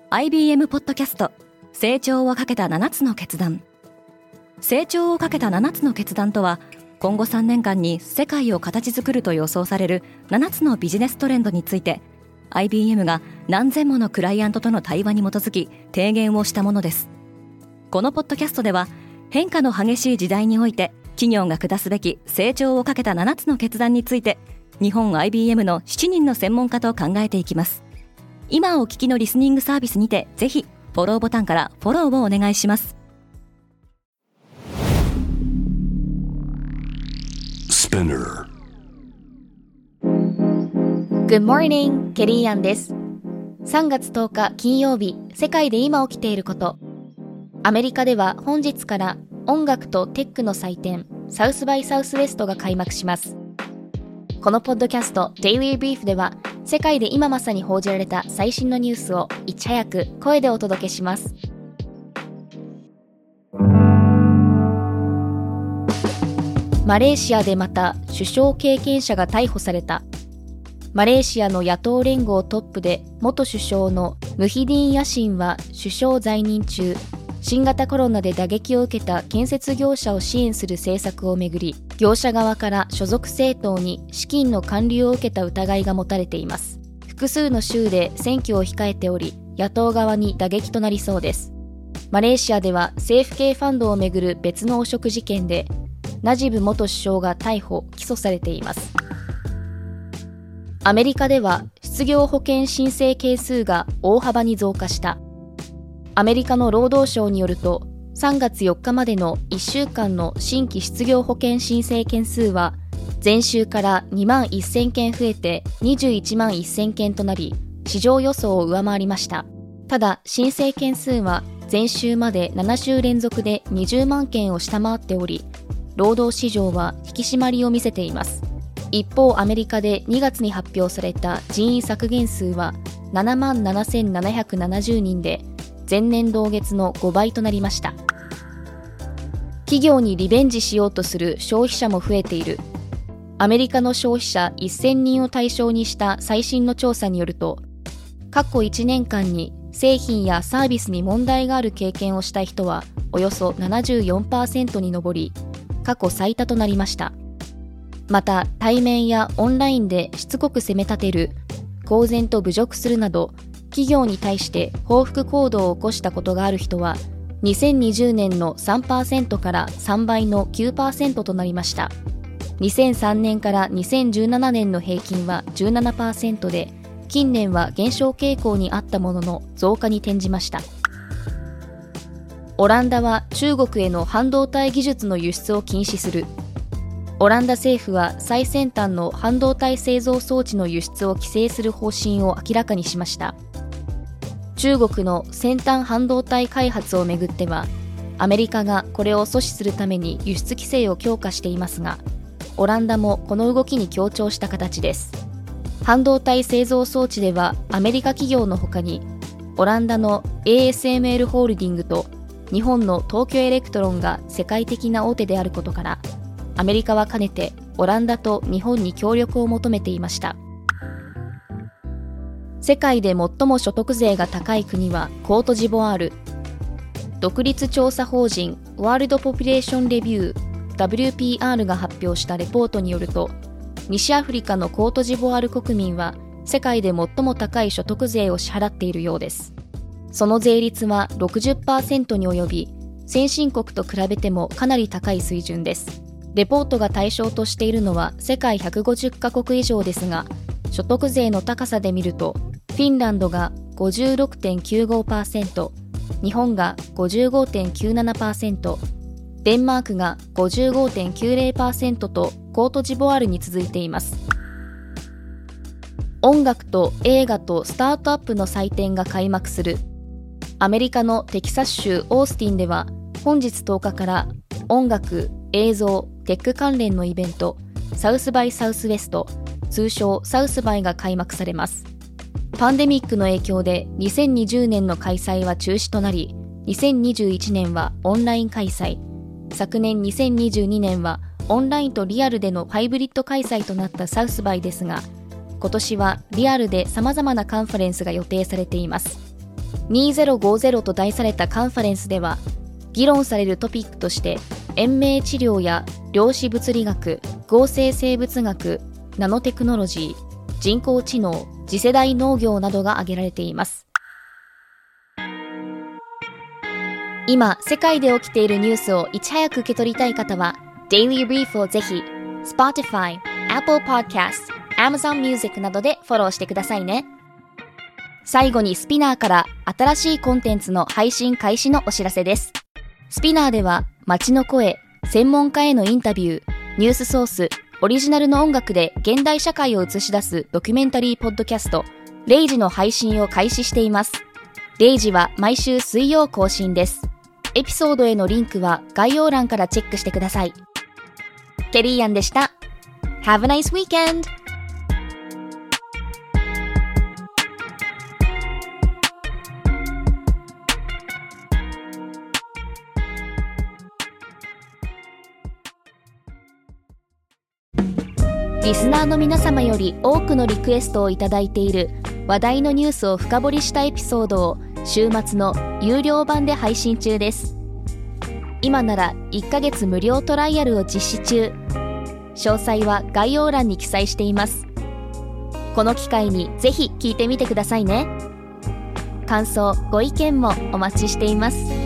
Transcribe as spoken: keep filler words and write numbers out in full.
アイビーエム ポッドキャスト成長をかけたななつの決断。成長をかけたななつの決断とは、今後さんねんかんに世界を形作ると予想されるななつのビジネストレンドについて アイビーエム が何千ものクライアントとの対話に基づき提言をしたものです。このポッドキャストでは、変化の激しい時代において企業が下すべき成長をかけたななつの決断について、日本 アイビーエム のしちにんの専門家と考えていきます。今お聞きのリスニングサービスにて、ぜひフォローボタンからフォローをお願いします。 Spinner Good morning! ケリーアンです。さんがつとおか金曜日、世界で今起きていること。アメリカでは本日から音楽とテックの祭典、サウスバイサウスウェストが開幕します。このポッドキャスト Daily Brief では、世界で今まさに報じられた最新のニュースをいち早く声でお届けします。マレーシアでまた首相経験者が逮捕された。マレーシアの野党連合トップで元首相のムヒディン・ヤシンは首相在任中、新型コロナで打撃を受けた建設業者を支援する政策をめぐり、業者側から所属政党に資金の還流を受けた疑いが持たれています。複数の州で選挙を控えており、野党側に打撃となりそうです。マレーシアでは政府系ファンドをめぐる別の汚職事件で、ナジブ元首相が逮捕・起訴されています。アメリカでは失業保険申請件数が大幅に増加した。アメリカの労働省によると、さんがつよっかまでのいっしゅうかんの新規失業保険申請件数は、前週からにまんせんけん増えてにじゅういちまんせんけんとなり、市場予想を上回りました。ただ、申請件数は前週までななしゅう連続でにじゅうまんけんを下回っており、労働市場は引き締まりを見せています。一方、アメリカでにがつに発表された人員削減数はななまんななせんななひゃくななじゅうにんで、前年同月のごばいとなりました。企業にリベンジしようとする消費者も増えている。アメリカの消費者せんにんを対象にした最新の調査によると、過去いちねんかんに製品やサービスに問題がある経験をした人はおよそ ななじゅうよんパーセント に上り、過去最多となりました。また、対面やオンラインでしつこく責め立てる、公然と侮辱するなど、企業に対して報復行動を起こしたことがある人は、にせんにじゅうねんの さんパーセント からさんばいの きゅうパーセント となりました。にせんさんねんからにせんじゅうななねんの平均は じゅうななパーセント で、近年は減少傾向にあったものの増加に転じました。オランダは中国への半導体技術の輸出を禁止する。オランダ政府は最先端の半導体製造装置の輸出を規制する方針を明らかにしました。中国の先端半導体開発をめぐっては、アメリカがこれを阻止するために輸出規制を強化していますが、オランダもこの動きに協調した形です。半導体製造装置ではアメリカ企業の他に、オランダの エーエスエムエル ホールディングと日本の東京エレクトロンが世界的な大手であることから、アメリカはかねてオランダと日本に協力を求めていました。世界で最も所得税が高い国はコートジボワール。独立調査法人ワールドポピュレーションレビュー ダブリューピーアール が発表したレポートによると、西アフリカのコートジボワール国民は世界で最も高い所得税を支払っているようです。その税率は ろくじゅっパーセント に及び、先進国と比べてもかなり高い水準です。レポートが対象としているのは世界ひゃくごじゅっかこく以上ですが、所得税の高さで見ると、フィンランドが ごじゅうろくてんきゅうごパーセント、日本が ごじゅうごてんきゅうななパーセント、デンマークが ごじゅうごてんきゅうぜろパーセント とコートジボワールに続いています。音楽と映画とスタートアップの祭典が開幕する。アメリカのテキサス州オースティンでは、本日とおかから音楽、映像、テック関連のイベント、サウスバイサウスウェスト、通称サウスバイが開幕されます。パンデミックの影響でにせんにじゅうねんの開催は中止となり、にせんにじゅういちねんはオンライン開催、昨年にせんにじゅうにねんはオンラインとリアルでのハイブリッド開催となったサウスバイですが、今年はリアルで様々なカンファレンスが予定されています。 にせんごじゅうと題されたカンファレンスでは、議論されるトピックとして延命治療や量子物理学、合成生物学、ナノテクノロジー、人工知能、次世代農業などが挙げられています。今世界で起きているニュースをいち早く受け取りたい方は Daily Brief をぜひ Spotify、Apple Podcast、Amazon Music などでフォローしてくださいね。最後にスピナーから新しいコンテンツの配信開始のお知らせです。スピナーでは街の声、専門家へのインタビュー、ニュースソース、オリジナルの音楽で現代社会を映し出すドキュメンタリーポッドキャスト、レイジの配信を開始しています。レイジは毎週水曜更新です。エピソードへのリンクは概要欄からチェックしてください。ケリーアンでした。Have a nice weekend! リスナーの皆様より多くのリクエストをいただいている話題のニュースを深掘りしたエピソードを週末の有料版で配信中です。今ならいっかげつ無料トライアルを実施中。詳細は概要欄に記載しています。この機会にぜひ聞いてみてくださいね。感想、ご意見もお待ちしています。